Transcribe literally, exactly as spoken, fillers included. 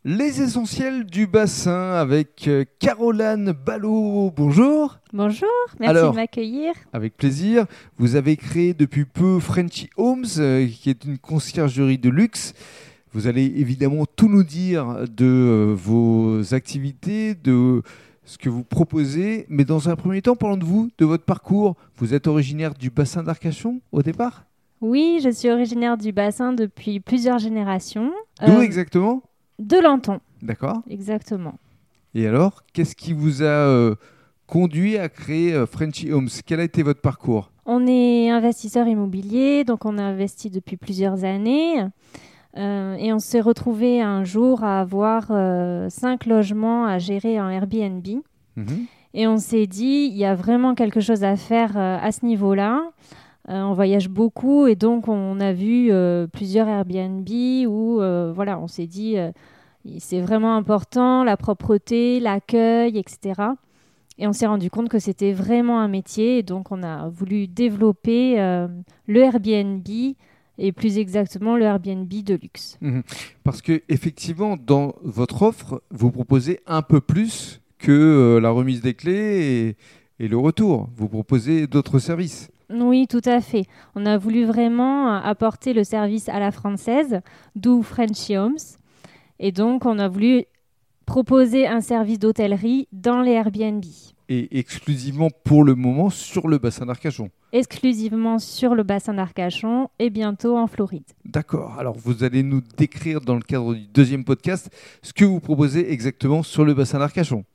Les essentiels du bassin avec euh, Caroline Ballot. Bonjour. Bonjour, merci Alors, de m'accueillir. Avec plaisir. Vous avez créé depuis peu Frenchy Homes, euh, qui est une conciergerie de luxe. Vous allez évidemment tout nous dire de euh, vos activités, de ce que vous proposez. Mais dans un premier temps, parlons de vous, de votre parcours. Vous êtes originaire du bassin d'Arcachon au départ ? Oui, je suis originaire du bassin depuis plusieurs générations. D'où Euh, exactement ? De Lenton, D'accord. exactement. Et alors, qu'est-ce qui vous a euh, conduit à créer euh, Frenchy Homes ? Quel a été votre parcours ? On est investisseur immobilier, donc on a investi depuis plusieurs années. Euh, et on s'est retrouvé un jour à avoir euh, cinq logements à gérer en Airbnb. Mhm. Et on s'est dit, il y a vraiment quelque chose à faire euh, à ce niveau-là. Euh, on voyage beaucoup et donc on a vu euh, plusieurs Airbnb où euh, voilà, on s'est dit euh, c'est vraiment important, la propreté, l'accueil, et cetera. Et on s'est rendu compte que c'était vraiment un métier et donc on a voulu développer euh, le Airbnb et plus exactement le Airbnb de luxe. Mhm. Parce que effectivement, dans votre offre, vous proposez un peu plus que euh, la remise des clés et, et le retour. Vous proposez d'autres services. Oui, tout à fait. On a voulu vraiment euh, apporter le service à la française, d'où Frenchy Homes. Et donc, on a voulu proposer un service d'hôtellerie dans les Airbnb, Et exclusivement pour le moment sur le bassin d'Arcachon. exclusivement sur le bassin d'Arcachon et bientôt en Floride. D'accord. Alors, vous allez nous décrire dans le cadre du deuxième podcast ce que vous proposez exactement sur le bassin d'Arcachon.